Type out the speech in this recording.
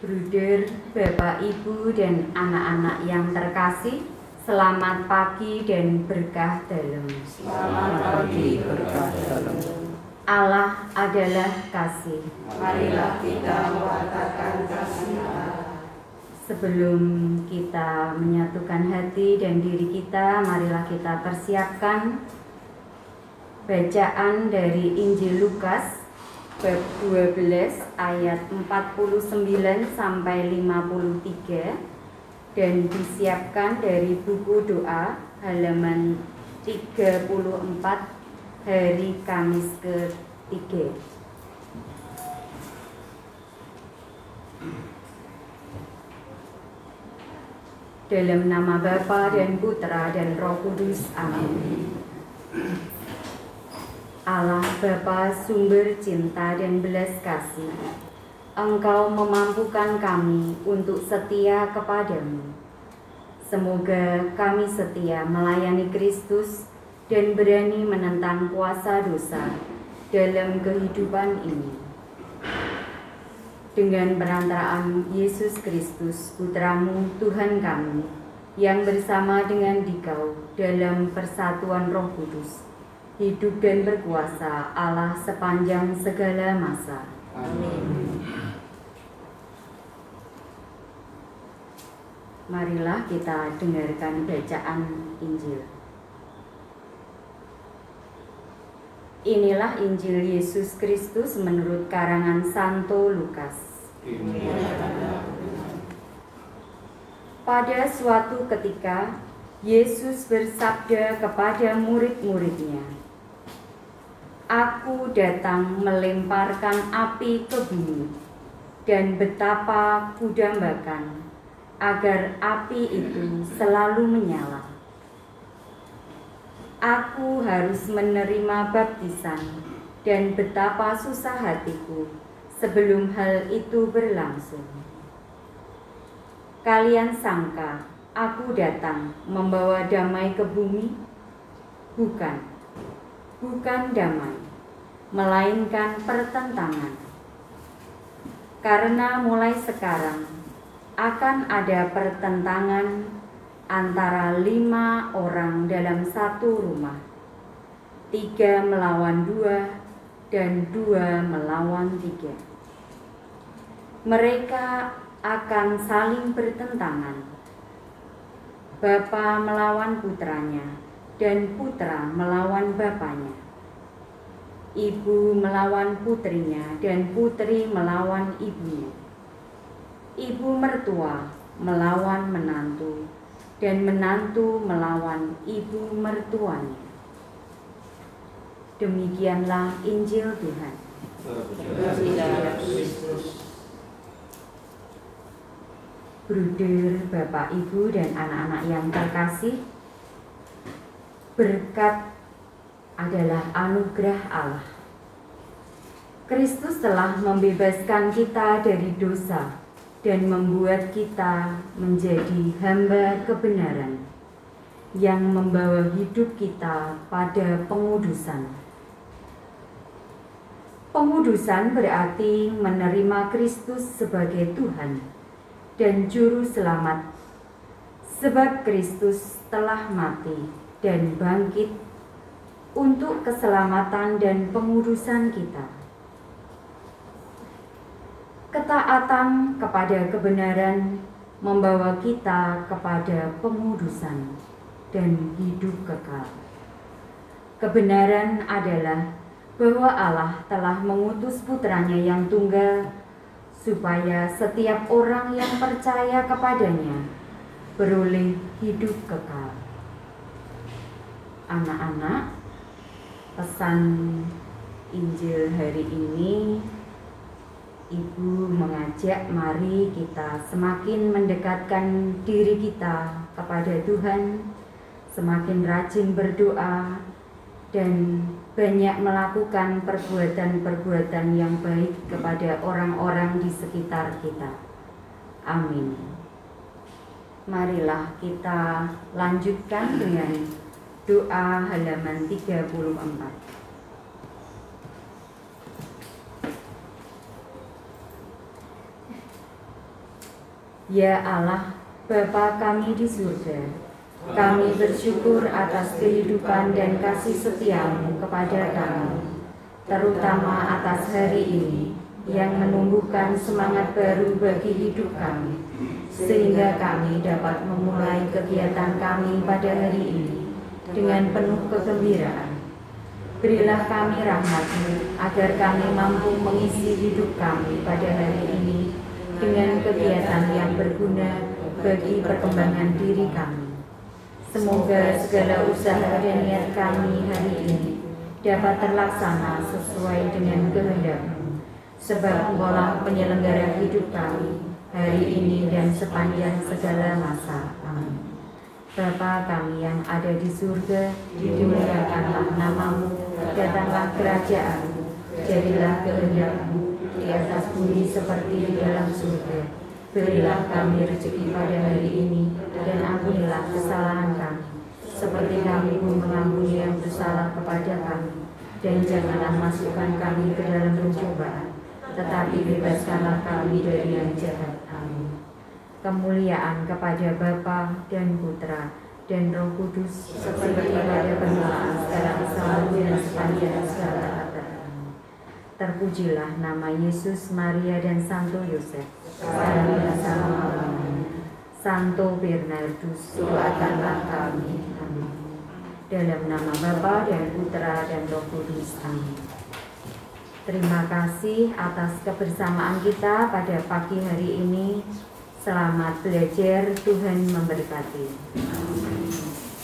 Bruder, Bapak, Ibu, dan anak-anak yang terkasih, selamat pagi dan berkah dalam. Selamat pagi berkah dalam. Allah adalah kasih. Marilah kita mewartakan kasih Allah. Sebelum kita menyatukan hati dan diri kita, marilah kita persiapkan bacaan dari Injil Lukas bab 12 ayat 49 sampai 53 dan disiapkan dari buku doa halaman 34 hari Kamis ke-3. Dalam nama Bapa dan Putra dan Roh Kudus. Amin. Allah Bapa, sumber cinta dan belas kasih, Engkau memampukan kami untuk setia kepadamu. Semoga kami setia melayani Kristus dan berani menentang kuasa dosa dalam kehidupan ini. Dengan perantaraan Yesus Kristus, Putramu, Tuhan kami, yang bersama dengan Dikau dalam persatuan Roh Kudus, hidup dan berkuasa Allah sepanjang segala masa. Amin. Marilah kita dengarkan bacaan Injil. Inilah Injil Yesus Kristus menurut karangan Santo Lukas. Pada suatu ketika, Yesus bersabda kepada murid-muridnya, "Aku datang melemparkan api ke bumi, dan betapa kudambakan agar api itu selalu menyala. Aku harus menerima baptisan, dan betapa susah hatiku sebelum hal itu berlangsung. Kalian sangka aku datang membawa damai ke bumi? Bukan damai, melainkan pertentangan. Karena mulai sekarang akan ada pertentangan antara 5 orang dalam satu rumah, 3 melawan 2, dan 2 melawan 3. Mereka akan saling bertentangan. Bapa melawan putranya, dan putra melawan bapaknya. Ibu melawan putrinya, dan putri melawan ibunya. Ibu mertua melawan menantu, dan menantu melawan ibu mertuanya." Demikianlah Injil Tuhan. Bruder, Bapak, Ibu, dan anak-anak yang terkasih, berkat adalah anugerah Allah. Kristus telah membebaskan kita dari dosa dan membuat kita menjadi hamba kebenaran yang membawa hidup kita pada pengudusan. Pengudusan berarti menerima Kristus sebagai Tuhan dan Juru Selamat, sebab Kristus telah mati dan bangkit untuk keselamatan dan pengudusan kita. Ketaatan kepada kebenaran membawa kita kepada pengudusan dan hidup kekal. Kebenaran adalah bahwa Allah telah mengutus putranya yang tunggal supaya setiap orang yang percaya kepadanya beroleh hidup kekal. Anak-anak, pesan Injil hari ini, Ibu mengajak mari kita semakin mendekatkan diri kita kepada Tuhan, semakin rajin berdoa, dan banyak melakukan perbuatan-perbuatan yang baik kepada orang-orang di sekitar kita. Amin. Marilah kita lanjutkan dengan doa halaman 34. Ya Allah, Bapa kami di surga, kami bersyukur atas kehidupan dan kasih setia-Mu kepada kami, terutama atas hari ini yang menumbuhkan semangat baru bagi hidup kami, sehingga kami dapat memulai kegiatan kami pada hari ini dengan penuh kegembiraan. Berilah kami rahmat-Mu agar kami mampu mengisi hidup kami pada hari ini dengan kegiatan yang berguna bagi perkembangan diri kami. Semoga segala usaha dan niat kami hari ini dapat terlaksana sesuai dengan kehendak-Mu, sebab Engkaulah penyelenggara hidup kami hari ini dan sepanjang segala masa. Amin. Bapa kami yang ada di surga, dimuliakanlah nama-Mu, datanglah kerajaan-Mu, jadilah kehendak-Mu di atas bumi seperti di dalam surga. Berilah kami rezeki pada hari ini, dan ampunilah kesalahan kami, seperti kami pun mengampuni yang bersalah kepada kami. Dan janganlah masukkan kami ke dalam pencobaan, tetapi bebaskanlah kami dari yang jahat. Amin. Kemuliaan kepada Bapa dan Putra dan Roh Kudus, seperti pada permulaan, sekarang, selalu, dan sepanjang segala abad. Terpujilah nama Yesus, Maria, dan Santo Yosef, sekarang dan selama-lamanya. Santo Bernardus, doakanlah kami. Amin. Dalam nama Bapa dan Putra dan Roh Kudus. Amin. Terima kasih atas kebersamaan kita pada pagi hari ini. Selamat belajar, Tuhan memberkati.